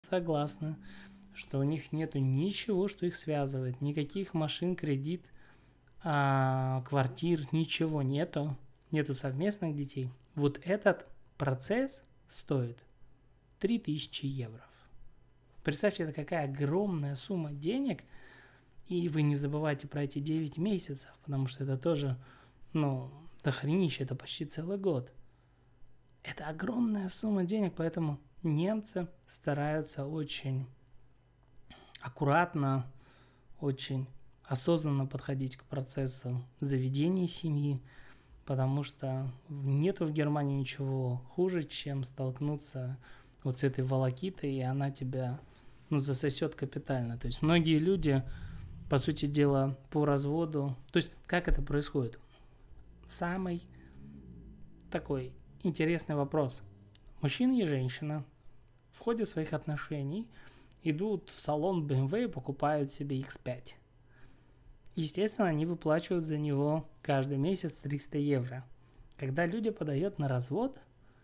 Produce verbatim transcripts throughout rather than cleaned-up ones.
согласны, что у них нету ничего, что их связывает, никаких машин, кредит, а, квартир, ничего нету, нету совместных детей. Вот этот процесс стоит три тысячи евро. Представьте, это какая огромная сумма денег, и вы не забывайте про эти девять месяцев, потому что это тоже, ну, дохренище, это почти целый год. Это огромная сумма денег, поэтому немцы стараются очень аккуратно, очень осознанно подходить к процессу заведения семьи, потому что нету в Германии ничего хуже, чем столкнуться вот с этой волокитой, и она тебя, ну, засосет капитально. То есть многие люди, по сути дела, по разводу... То есть как это происходит? Самый такой интересный вопрос. Мужчина и женщина в ходе своих отношений идут в салон бэ эм вэ и покупают себе икс пять. Естественно, они выплачивают за него каждый месяц триста евро. Когда люди подают на развод,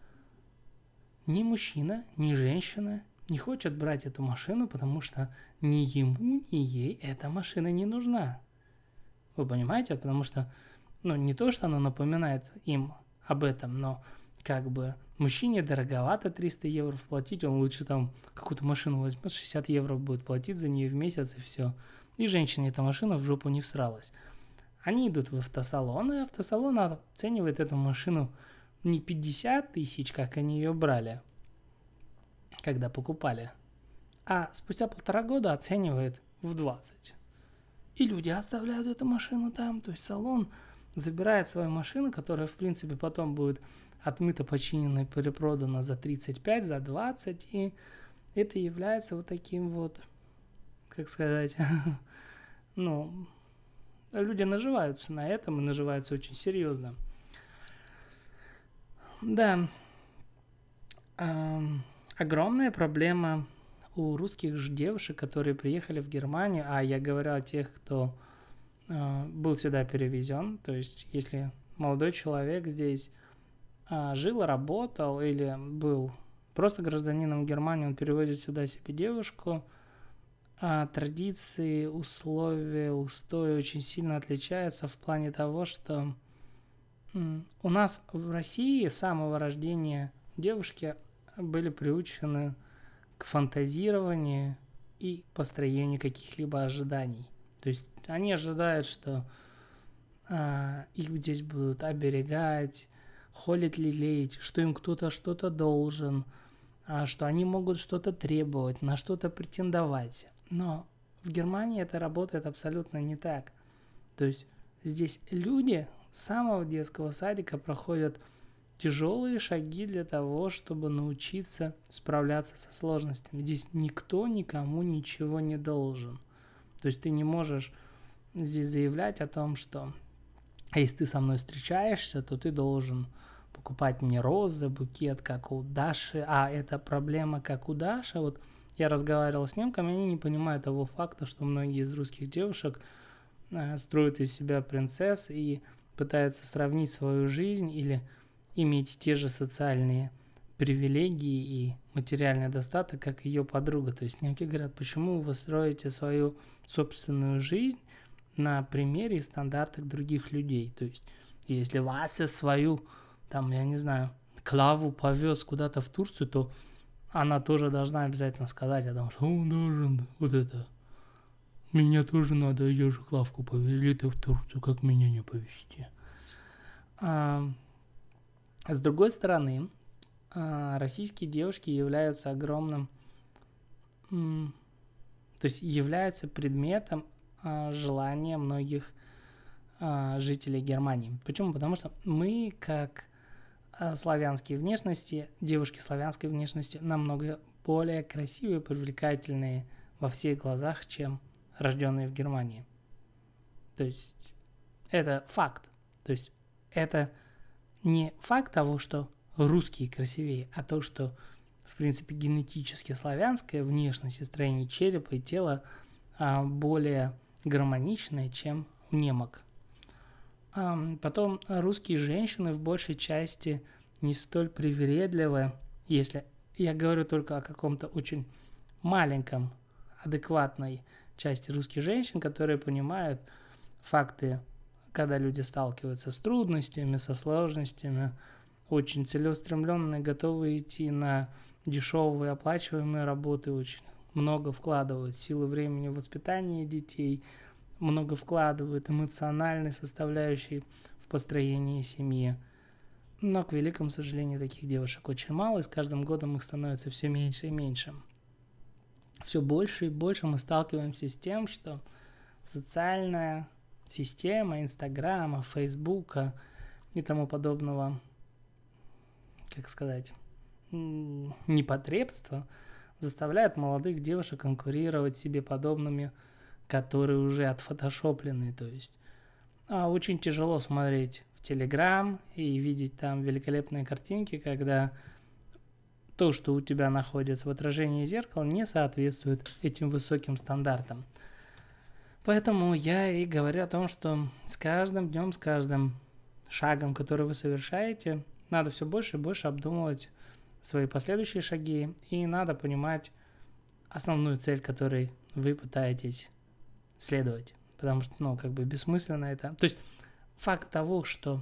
ни мужчина, ни женщина не хочет брать эту машину, потому что ни ему, ни ей эта машина не нужна. Вы понимаете? Потому что, ну, не то, что она напоминает им об этом, но как бы мужчине дороговато триста евро платить, он лучше там какую-то машину возьмет, шестьдесят евро будет платить за нее в месяц, и все. И женщине эта машина в жопу не всралась. Они идут в автосалон, и автосалон оценивает эту машину не пятьдесят тысяч, как они ее брали, когда покупали, а спустя полтора года оценивает в двадцать. И люди оставляют эту машину там, то есть салон забирает свою машину, которая, в принципе, потом будет отмыта, починена и перепродана за тридцать пять, за двадцать, и это является вот таким вот, как сказать, ну, люди наживаются на этом и наживаются очень серьезно. Да, эм, огромная проблема у русских же девушек, которые приехали в Германию, а я говорю о тех, кто э, был сюда перевезен, то есть если молодой человек здесь э, жил, работал или был просто гражданином Германии, он переводит сюда себе девушку, а традиции, условия, устои очень сильно отличаются в плане того, что у нас в России с самого рождения девушки были приучены к фантазированию и построению каких-либо ожиданий. То есть они ожидают, что а, их здесь будут оберегать, холить, лелеять, что им кто-то что-то должен, а, что они могут что-то требовать, на что-то претендовать. Но в Германии это работает абсолютно не так. То есть здесь люди с самого детского садика проходят тяжелые шаги для того, чтобы научиться справляться со сложностями. Здесь никто никому ничего не должен. То есть ты не можешь здесь заявлять о том, что если ты со мной встречаешься, то ты должен покупать мне розы, букет, как у Даши. А это проблема, как у Даши. Вот я разговаривал с немками, они не понимают того факта, что многие из русских девушек э, строят из себя принцесс и пытаются сравнить свою жизнь или иметь те же социальные привилегии и материальный достаток, как ее подруга. То есть немки говорят, почему вы строите свою собственную жизнь на примере и стандартах других людей. То есть если Вася свою, там, я не знаю, Клаву повез куда-то в Турцию, то она тоже должна обязательно сказать о том, что он должен вот это. Меня тоже надо, ее же Клавку повезли-то в Турцию, как меня не повезти. А, с другой стороны, а, российские девушки являются огромным, м, то есть являются предметом а, желания многих а, жителей Германии. Почему? Потому что мы, как а, славянские внешности, девушки славянской внешности, намного более красивые, привлекательные во всех глазах, чем рожденные в Германии. То есть это факт. То есть это не факт того, что русские красивее, а то, что, в принципе, генетически славянская внешность и строение черепа и тела а, более гармоничная, чем у немок. А, потом русские женщины в большей части не столь привередливы, если я говорю только о каком-то очень маленьком адекватной части русских женщин, которые понимают факты, когда люди сталкиваются с трудностями, со сложностями, очень целеустремленные, готовы идти на дешевые оплачиваемые работы, очень много вкладывают силы времени в воспитание детей, много вкладывают эмоциональной составляющей в построении семьи. Но, к великому сожалению, таких девушек очень мало, и с каждым годом их становится все меньше и меньше. Все больше и больше мы сталкиваемся с тем, что социальная система Инстаграма, Фейсбука и тому подобного, как сказать, непотребства заставляет молодых девушек конкурировать себе подобными, которые уже отфотошоплены. То есть а, очень тяжело смотреть в Телеграм и видеть там великолепные картинки, когда то, что у тебя находится в отражении зеркала, не соответствует этим высоким стандартам. Поэтому я и говорю о том, что с каждым днем, с каждым шагом, который вы совершаете, надо все больше и больше обдумывать свои последующие шаги, и надо понимать основную цель, которой вы пытаетесь следовать. Потому что, ну, как бы бессмысленно это. То есть факт того, что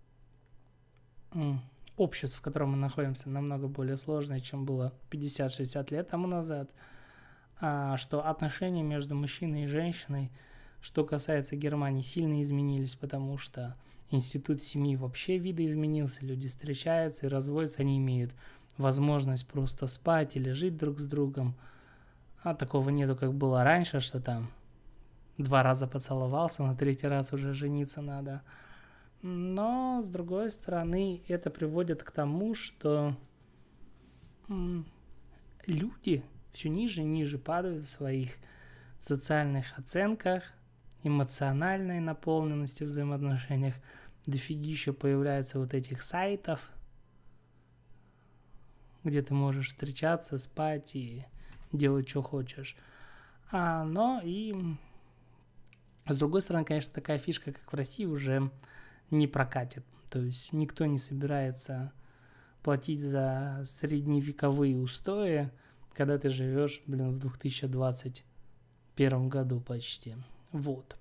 м, общество, в котором мы находимся, намного более сложное, чем было пятьдесят-шестьдесят лет тому назад, а, что отношения между мужчиной и женщиной, что касается Германии, сильно изменились, потому что институт семьи вообще видоизменился, люди встречаются и разводятся, они имеют возможность просто спать или жить друг с другом. А такого нету, как было раньше, что там два раза поцеловался, на третий раз уже жениться надо. Но, с другой стороны, это приводит к тому, что м, люди все ниже и ниже падают в своих социальных оценках, эмоциональной наполненности в взаимоотношениях. Дофигища появляется вот этих сайтов, где ты можешь встречаться, спать и делать, что хочешь. А, но и с другой стороны, конечно, такая фишка, как в России, уже не прокатит. То есть никто не собирается платить за средневековые устои, когда ты живешь, блин, в две тысячи двадцать первом году почти. Вот.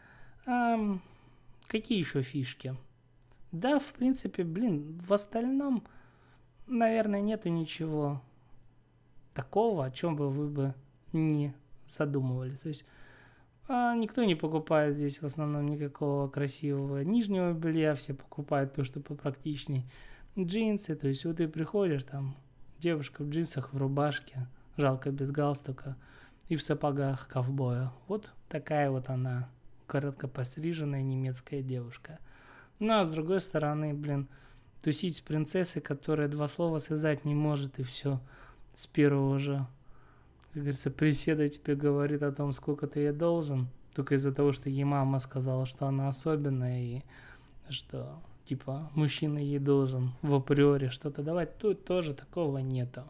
А, какие еще фишки? Да, в принципе, блин, в остальном, наверное, нету ничего такого, о чем бы вы бы не задумывались. То есть а, никто не покупает здесь в основном никакого красивого нижнего белья, все покупают то, что попрактичней. Джинсы, то есть вот ты приходишь, там девушка в джинсах, в рубашке, жалко без галстука, и в сапогах ковбоя. Вот такая вот она, коротко постриженная немецкая девушка. Ну, а с другой стороны, блин, тусить с принцессой, которая два слова связать не может, и все с первого же, как говорится, приседа тебе говорит о том, сколько ты ей должен, только из-за того, что ей мама сказала, что она особенная, и что, типа, мужчина ей должен в априори что-то давать. Тут тоже такого нету.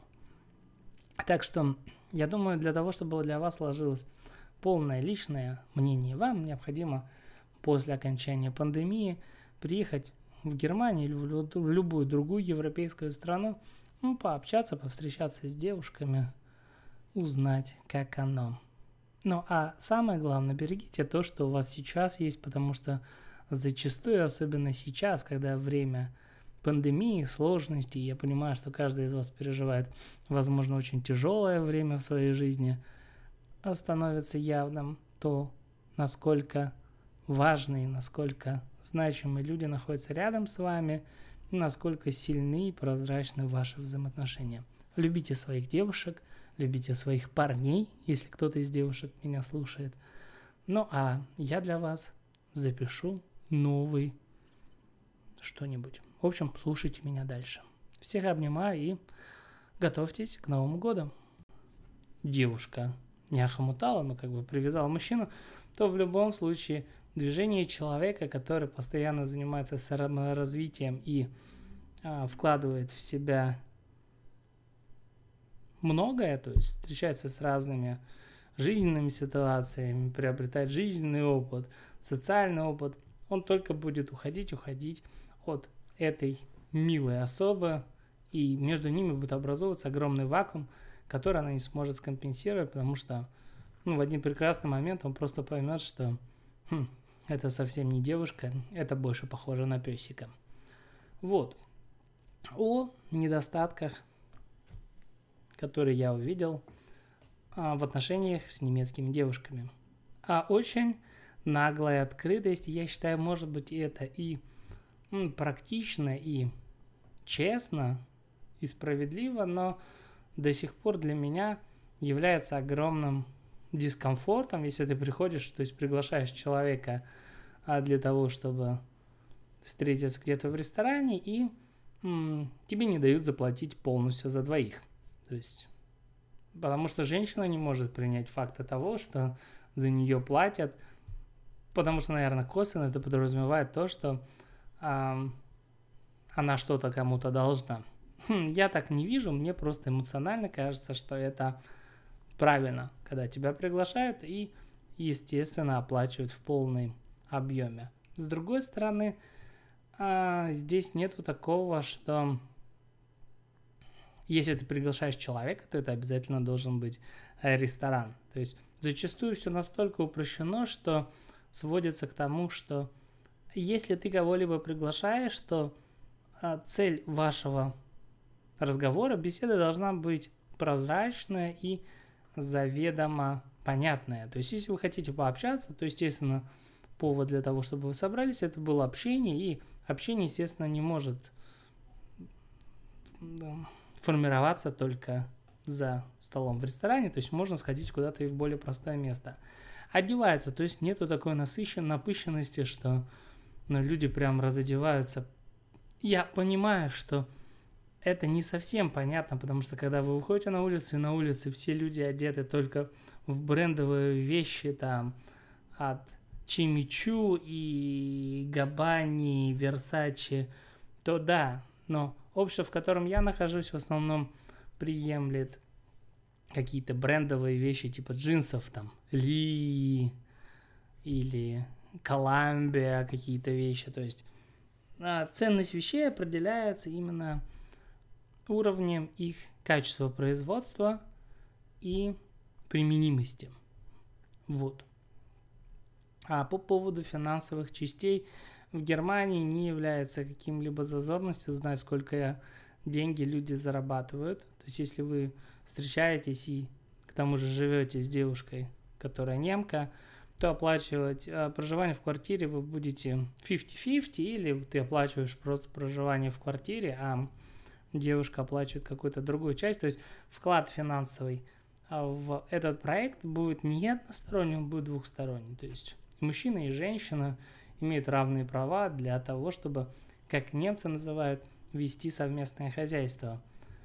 Так что, я думаю, для того, чтобы для вас сложилось полное личное мнение, вам необходимо после окончания пандемии приехать в Германию или в любую другую европейскую страну, ну, пообщаться, повстречаться с девушками, узнать, как оно. Ну, а самое главное, берегите то, что у вас сейчас есть, потому что зачастую, особенно сейчас, когда время пандемии, сложностей, я понимаю, что каждый из вас переживает, возможно, очень тяжелое время в своей жизни, становится явным то, насколько важные, насколько значимые люди находятся рядом с вами, и насколько сильны и прозрачны ваши взаимоотношения. Любите своих девушек, любите своих парней, если кто-то из девушек меня слушает. Ну, а я для вас запишу новый что-нибудь. В общем, слушайте меня дальше. Всех обнимаю и готовьтесь к Новому году. Девушка не охомутала, но как бы привязала мужчину, то в любом случае движение человека, который постоянно занимается саморазвитием и а, вкладывает в себя многое, то есть встречается с разными жизненными ситуациями, приобретает жизненный опыт, социальный опыт, он только будет уходить, уходить от этой милой особы, и между ними будет образовываться огромный вакуум, который она не сможет скомпенсировать, потому что ну, в один прекрасный момент он просто поймет, что хм, это совсем не девушка, это больше похоже на песика. Вот. О недостатках, которые я увидел а, в отношениях с немецкими девушками. А очень наглая открытость, я считаю, может быть, это и м, практично, и честно, и справедливо, но до сих пор для меня является огромным дискомфортом, если ты приходишь, то есть приглашаешь человека а, для того, чтобы встретиться где-то в ресторане, и м, тебе не дают заплатить полностью за двоих. То есть, потому что женщина не может принять факта того, что за нее платят, потому что, наверное, косвенно это подразумевает то, что э, она что-то кому-то должна. Хм, я так не вижу, мне просто эмоционально кажется, что это правильно, когда тебя приглашают и, естественно, оплачивают в полном объеме. С другой стороны, э, здесь нету такого, что если ты приглашаешь человека, то это обязательно должен быть ресторан. То есть зачастую все настолько упрощено, что сводится к тому, что если ты кого-либо приглашаешь, то а, цель вашего разговора, беседы должна быть прозрачная и заведомо понятная. То есть если вы хотите пообщаться, то, естественно, повод для того, чтобы вы собрались, это было общение, и общение, естественно, не может формироваться только за столом в ресторане, то есть можно сходить куда-то и в более простое место. Одевается, то есть нету такой насыщенной напыщенности, что ну, люди прям разодеваются. Я понимаю, что это не совсем понятно, потому что когда вы выходите на улицу, и на улице все люди одеты только в брендовые вещи, там, от Чимичу и Габани, Версачи, то да, но общество, в котором я нахожусь, в основном приемлет какие-то брендовые вещи типа джинсов, там, Ли или Коламбия, какие-то вещи. То есть ценность вещей определяется именно уровнем их качества производства и применимости. Вот. А по поводу финансовых частей, в Германии не является каким-либо зазорностью, знаю, сколько я деньги люди зарабатывают. То есть, если вы встречаетесь и к тому же живете с девушкой, которая немка, то оплачивать э, проживание в квартире вы будете пятьдесят на пятьдесят, или ты оплачиваешь просто проживание в квартире, а девушка оплачивает какую-то другую часть. То есть, вклад финансовый в этот проект будет не односторонний, он будет двухсторонний. То есть, и мужчина, и женщина имеют равные права для того, чтобы, как немцы называют, вести совместное хозяйство.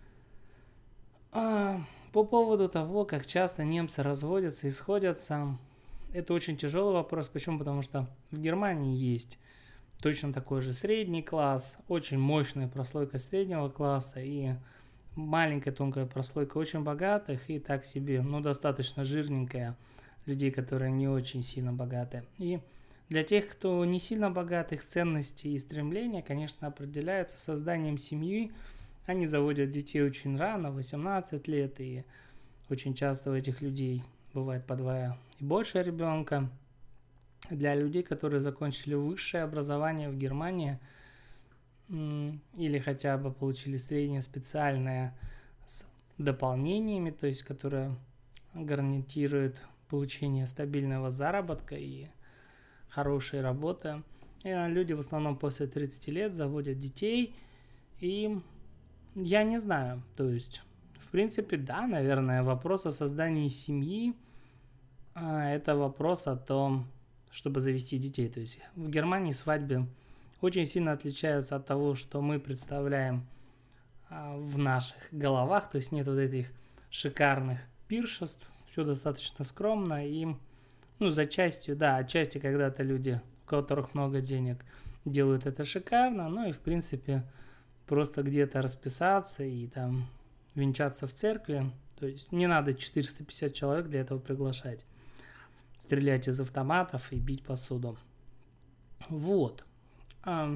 А по поводу того, как часто немцы разводятся и сходятся, это очень тяжелый вопрос. Почему? Потому что в Германии есть точно такой же средний класс, очень мощная прослойка среднего класса и маленькая тонкая прослойка очень богатых и так себе, ну, достаточно жирненькая людей, которые не очень сильно богаты. И для тех, кто не сильно богат, их ценности и стремления, конечно, определяются созданием семьи. Они заводят детей очень рано, восемнадцать лет, и очень часто у этих людей бывает по два и больше ребенка. Для людей, которые закончили высшее образование в Германии или хотя бы получили среднее специальное с дополнениями, то есть которое гарантирует получение стабильного заработка и хорошей работы. И люди в основном после тридцати лет заводят детей, и я не знаю, то есть, в принципе, да, наверное, вопрос о создании семьи – это вопрос о том, чтобы завести детей. То есть в Германии свадьбы очень сильно отличаются от того, что мы представляем в наших головах, то есть нет вот этих шикарных пиршеств, все достаточно скромно, и ну, за частью, да, отчасти когда-то люди, у которых много денег, делают это шикарно, ну и, в принципе, просто где-то расписаться и там венчаться в церкви, то есть не надо четыреста пятьдесят человек для этого приглашать, стрелять из автоматов и бить посуду. Вот. А,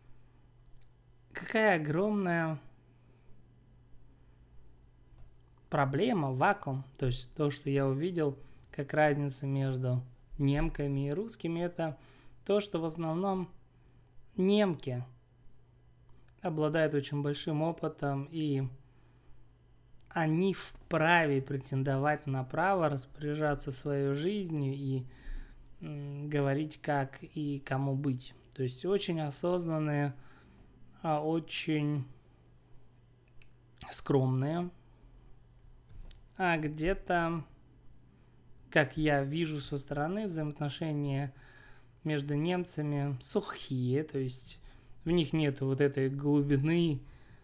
какая огромная проблема, вакуум, то есть то, что я увидел, как разница между немками и русскими, это то, что в основном немки обладают очень большим опытом, и они вправе претендовать на право распоряжаться своей жизнью и м, говорить, как и кому быть. То есть очень осознанные, а очень скромные, а где-то, как я вижу со стороны, взаимоотношения между немцами сухие, то есть в них нет вот этой глубины,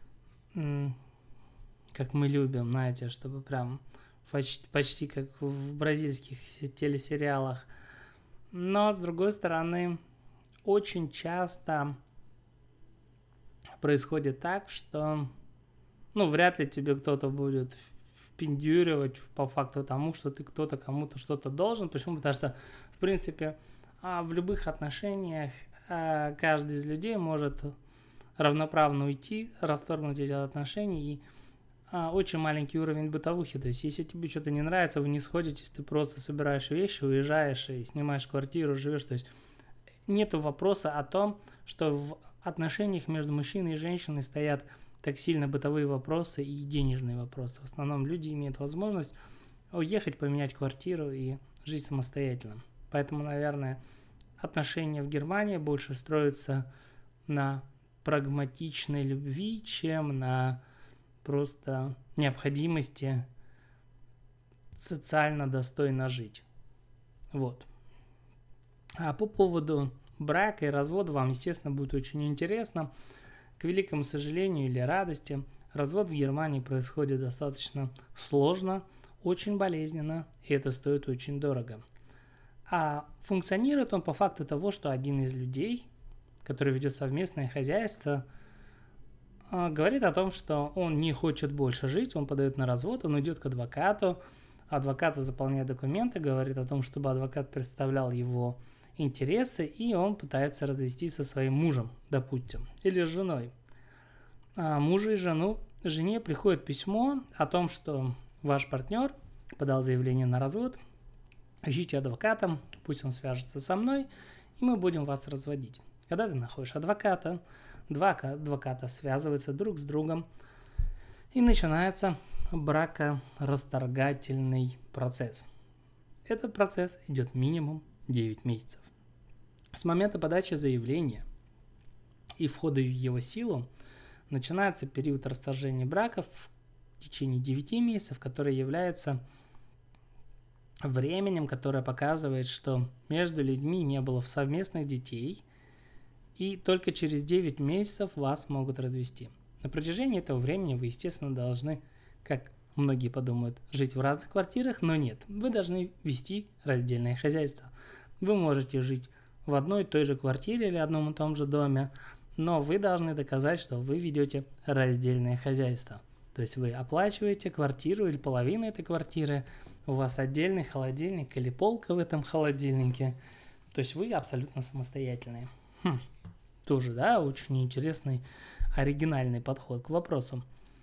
как мы любим, знаете, чтобы прям почти, почти как в бразильских телесериалах. Но, с другой стороны, очень часто происходит так, что, ну, вряд ли тебе кто-то будет впендюривать по факту тому, что ты кто-то кому-то что-то должен. Почему? Потому что, в принципе, в любых отношениях каждый из людей может равноправно уйти, расторгнуть эти отношения, и очень маленький уровень бытовухи. То есть, если тебе что-то не нравится, вы не сходитесь, ты просто собираешь вещи, уезжаешь и снимаешь квартиру, живешь. То есть, нет вопроса о том, что в отношениях между мужчиной и женщиной стоят так сильно бытовые вопросы и денежные вопросы. В основном люди имеют возможность уехать, поменять квартиру и жить самостоятельно. Поэтому, наверное, отношения в Германии больше строятся на прагматичной любви, чем на просто необходимости социально достойно жить. Вот. А по поводу брака и развода вам, естественно, будет очень интересно. К великому сожалению или радости, развод в Германии происходит достаточно сложно, очень болезненно, и это стоит очень дорого. А функционирует он по факту того, что один из людей, который ведет совместное хозяйство, говорит о том, что он не хочет больше жить, он подает на развод, он идет к адвокату, адвокат заполняет документы, говорит о том, чтобы адвокат представлял его интересы, и он пытается развестись со своим мужем, допустим, или с женой. А мужу и жену, жене приходит письмо о том, что ваш партнер подал заявление на развод, ищите адвоката, пусть он свяжется со мной, и мы будем вас разводить. Когда ты находишь адвоката, два адвоката связываются друг с другом, и начинается бракорасторгательный процесс. Этот процесс идет минимум девять месяцев. С момента подачи заявления и входа в его силу начинается период расторжения брака в течение девяти месяцев, который является временем, которое показывает, что между людьми не было совместных детей, и только через девять месяцев вас могут развести. На протяжении этого времени вы, естественно, должны, как многие подумают, жить в разных квартирах, но нет, вы должны вести раздельное хозяйство. Вы можете жить в одной и той же квартире или одном и том же доме, но вы должны доказать, что вы ведете раздельное хозяйство. То есть вы оплачиваете квартиру или половину этой квартиры, у вас отдельный холодильник или полка в этом холодильнике. То есть вы абсолютно самостоятельные. Хм. Тоже, да, очень интересный, оригинальный подход к вопросу.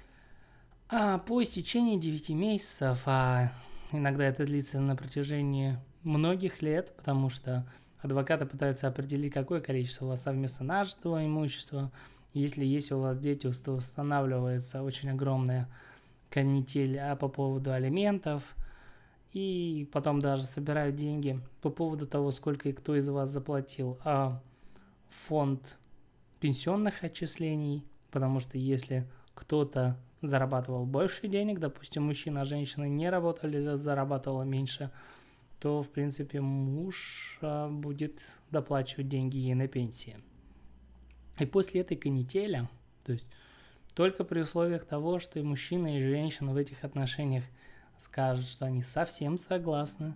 А по истечении девяти месяцев, а иногда это длится на протяжении многих лет, потому что адвокаты пытаются определить, какое количество у вас совместно нажитого имущества. Если есть у вас дети, то устанавливается очень огромная канитель а по поводу алиментов. И потом даже собирают деньги по поводу того, сколько и кто из вас заплатил а фонд пенсионных отчислений. Потому что если кто-то зарабатывал больше денег, допустим, мужчина, а женщина не работали или зарабатывала меньше, то, в принципе, муж а, будет доплачивать деньги ей на пенсии. И после этой канители, то есть только при условиях того, что и мужчина, и женщина в этих отношениях скажут, что они совсем согласны.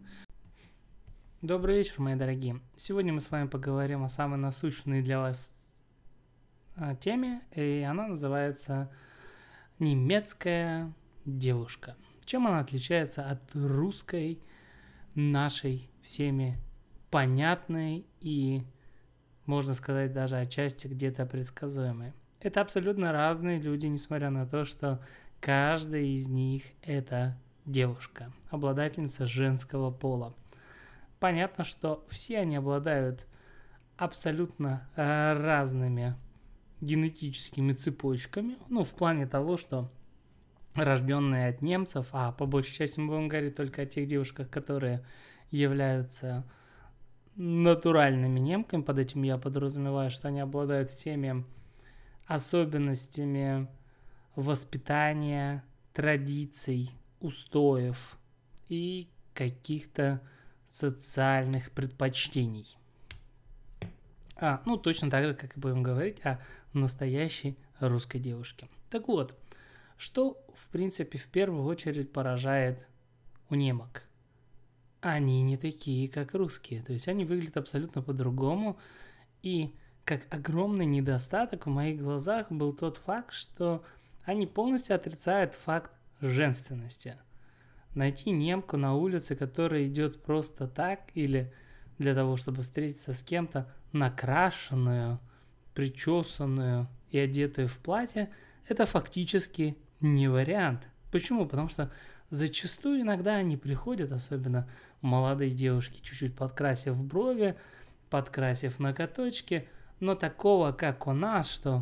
Добрый вечер, мои дорогие. Сегодня мы с вами поговорим о самой насущной для вас теме, и она называется «Немецкая девушка». Чем она отличается от русской, нашей, всеми понятной и, можно сказать, даже отчасти где-то предсказуемой? Это абсолютно разные люди, несмотря на то, что каждая из них это девушка, обладательница женского пола. Понятно, что все они обладают абсолютно разными генетическими цепочками, ну, в плане того, что рожденные от немцев, а по большей части мы будем говорить только о тех девушках, которые являются натуральными немками. Под этим я подразумеваю, что они обладают всеми особенностями воспитания, традиций, устоев и каких-то социальных предпочтений. А, ну, точно так же, как и будем говорить о настоящей русской девушке. Так вот, что, в принципе, в первую очередь поражает у немок? Они не такие, как русские. То есть они выглядят абсолютно по-другому. И как огромный недостаток в моих глазах был тот факт, что они полностью отрицают факт женственности. Найти немку на улице, которая идет просто так, или для того, чтобы встретиться с кем-то, накрашенную, причесанную и одетую в платье, это фактически не вариант. Почему? Потому что зачастую иногда они приходят, особенно молодые девушки, чуть-чуть подкрасив брови, подкрасив ноготочки, но такого, как у нас, что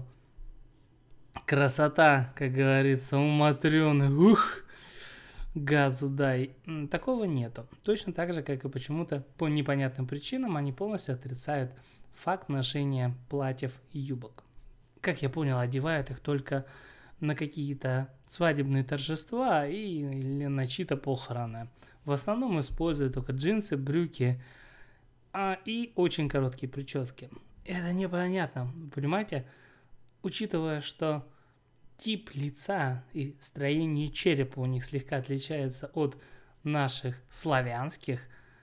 красота, как говорится, у Матрёны, ух, газу дай, такого нету. Точно так же, как и почему-то по непонятным причинам они полностью отрицают факт ношения платьев и юбок. Как я понял, одевают их только на какие-то свадебные торжества и, или на чьи-то похороны. В основном используют только джинсы, брюки а, и очень короткие прически. Это непонятно, понимаете? Учитывая, что тип лица и строение черепа у них слегка отличается от наших славянских,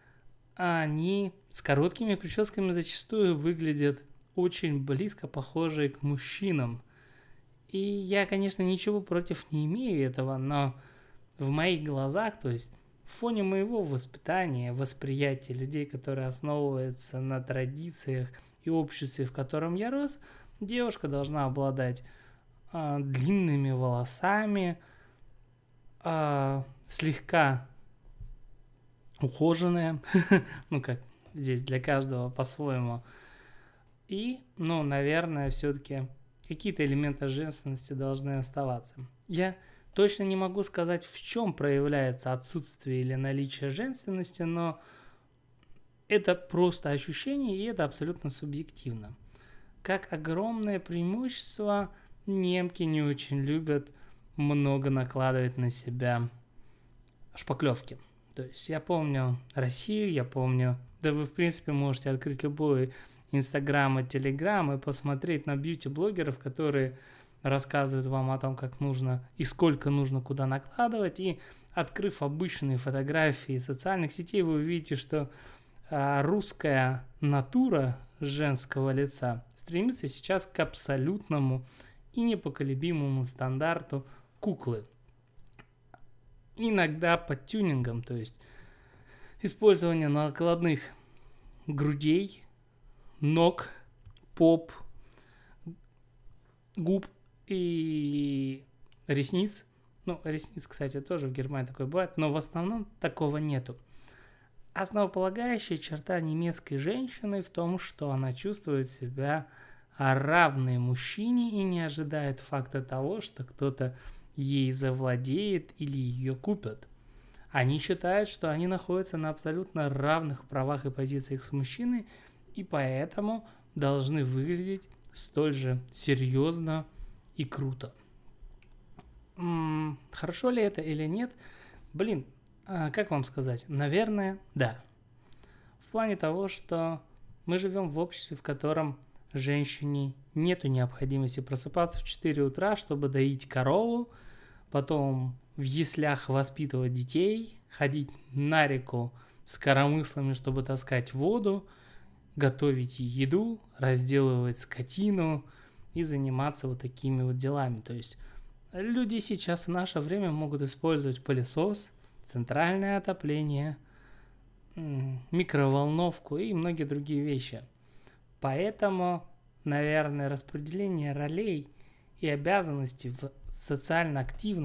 они с короткими прическами зачастую выглядят очень близко похожие к мужчинам. И я, конечно, ничего против не имею этого, но в моих глазах, то есть в фоне моего воспитания, восприятия людей, которые основываются на традициях и обществе, в котором я рос, девушка должна обладать а, длинными волосами, а, слегка ухоженная, ну как здесь для каждого по-своему. И, ну, наверное, все-таки какие-то элементы женственности должны оставаться. Я точно не могу сказать, в чем проявляется отсутствие или наличие женственности, но это просто ощущение, и это абсолютно субъективно. Как огромное преимущество, немки не очень любят много накладывать на себя шпаклевки. То есть я помню Россию, я помню, да вы в принципе можете открыть любой Инстаграм и Телеграм и посмотреть на бьюти-блогеров, которые рассказывают вам о том, как нужно и сколько нужно куда накладывать. И открыв обычные фотографии социальных сетей, вы увидите, что а, русская натура женского лица стремится сейчас к абсолютному и непоколебимому стандарту куклы. Иногда под тюнингом, то есть использование накладных грудей, ног, поп, губ и ресниц. Ну, ресниц, кстати, тоже в Германии такое бывает, но в основном такого нету. Основополагающая черта немецкой женщины в том, что она чувствует себя равной мужчине и не ожидает факта того, что кто-то ей завладеет или ее купят. Они считают, что они находятся на абсолютно равных правах и позициях с мужчиной, и поэтому должны выглядеть столь же серьезно и круто. М-м, хорошо ли это или нет? Блин, а как вам сказать? Наверное, да. В плане того, что мы живем в обществе, в котором женщине нету необходимости просыпаться в четыре утра, чтобы доить корову, потом в яслях воспитывать детей, ходить на реку с коромыслами, чтобы таскать воду, готовить еду, разделывать скотину и заниматься вот такими вот делами. То есть люди сейчас в наше время могут использовать пылесос, центральное отопление, микроволновку и многие другие вещи. Поэтому, наверное, распределение ролей и обязанностей в социально активном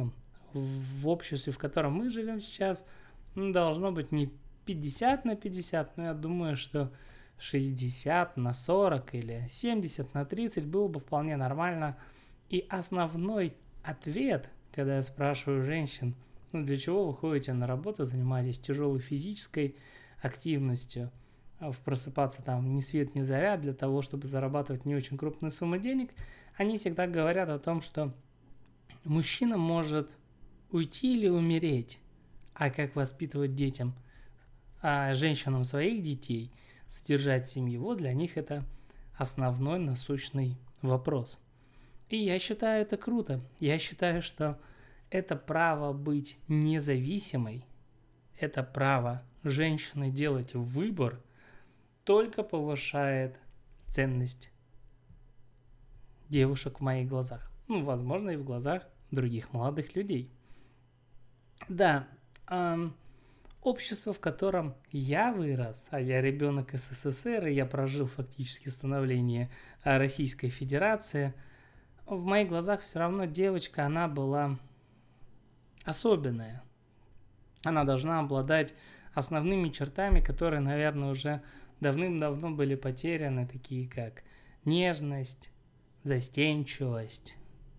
в обществе, в котором мы живем сейчас, ну, должно быть не пятьдесят на пятьдесят, но я думаю, что шестьдесят на сорок или семьдесят на тридцать было бы вполне нормально. И основной ответ, когда я спрашиваю женщин, ну, для чего вы ходите на работу, занимаетесь тяжелой физической активностью, в просыпаться там ни свет ни заря для того, чтобы зарабатывать не очень крупную сумму денег, они всегда говорят о том, что мужчина может уйти или умереть, а как воспитывать детям, а женщинам своих детей, содержать семью, вот для них это основной насущный вопрос. И я считаю это круто. Я считаю, что это право быть независимой, это право женщины делать выбор, только повышает ценность девушек в моих глазах. Ну, возможно, и в глазах других молодых людей. Да, эм, общество, в котором я вырос, а я ребенок СССР, и я прожил фактически становление Российской Федерации, в моих глазах все равно девочка, она была особенная. Она должна обладать основными чертами, которые, наверное, уже давным-давно были потеряны, такие как нежность, застенчивость,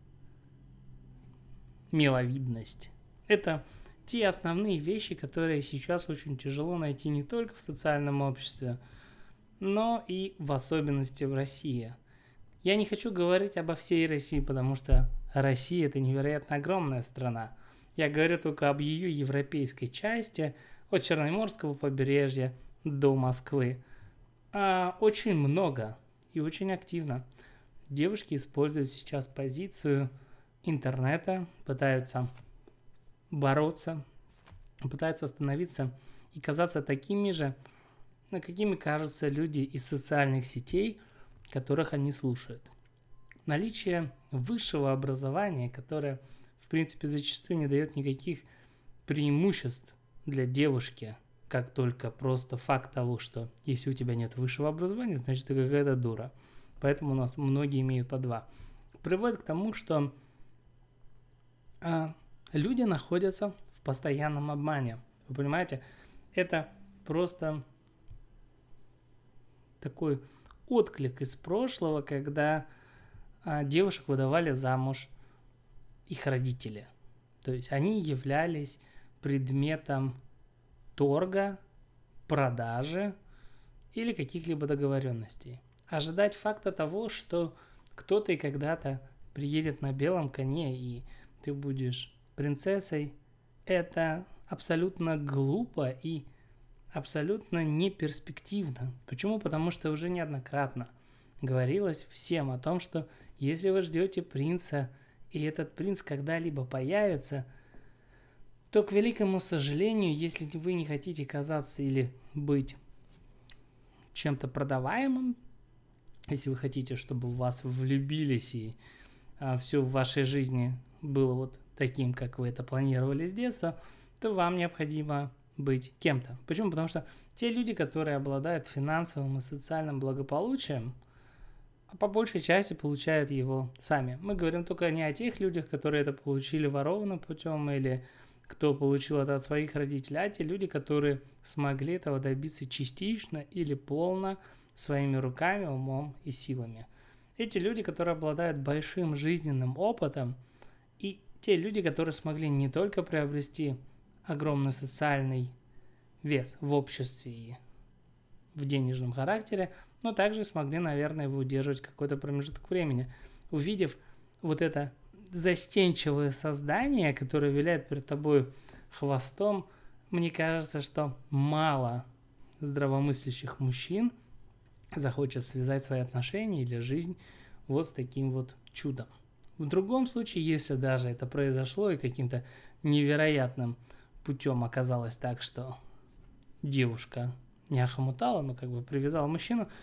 миловидность. Это те основные вещи, которые сейчас очень тяжело найти не только в социальном обществе, но и в особенности в России. Я не хочу говорить обо всей России, потому что Россия – это невероятно огромная страна. Я говорю только об ее европейской части, от Черноморского побережья до Москвы. А очень много и очень активно девушки используют сейчас позицию интернета, пытаются бороться, пытаются становиться и казаться такими же, какими кажутся люди из социальных сетей, которых они слушают. Наличие высшего образования, которое, в принципе, зачастую не дает никаких преимуществ для девушки, как только просто факт того, что если у тебя нет высшего образования, значит ты какая-то дура. Поэтому у нас многие имеют по два. Приводит к тому, что а, люди находятся в постоянном обмане. Вы понимаете, это просто такой отклик из прошлого, когда а, девушек выдавали замуж их родители. То есть они являлись предметом торга, продажи или каких-либо договоренностей. Ожидать факта того, что кто-то и когда-то приедет на белом коне, и ты будешь принцессой, это абсолютно глупо и абсолютно неперспективно. Почему? Потому что уже неоднократно говорилось всем о том, что если вы ждете принца, и этот принц когда-либо появится, то, к великому сожалению, если вы не хотите казаться или быть чем-то продаваемым, если вы хотите, чтобы в вас влюбились и а, все в вашей жизни было вот таким, как вы это планировали с детства, то вам необходимо быть кем-то. Почему? Потому что те люди, которые обладают финансовым и социальным благополучием, по большей части получают его сами. Мы говорим только не о тех людях, которые это получили ворованным путем или кто получил это от своих родителей, а те люди, которые смогли этого добиться частично или полно своими руками, умом и силами. Эти люди, которые обладают большим жизненным опытом, и те люди, которые смогли не только приобрести огромный социальный вес в обществе и в денежном характере, но также смогли, наверное, его удерживать какой-то промежуток времени. Увидев вот это застенчивое создание, которое виляет перед тобой хвостом, мне кажется, что мало здравомыслящих мужчин захочет связать свои отношения или жизнь вот с таким вот чудом. В другом случае, если даже это произошло и каким-то невероятным путем оказалось так, что девушка не охомутала, но как бы привязала мужчину,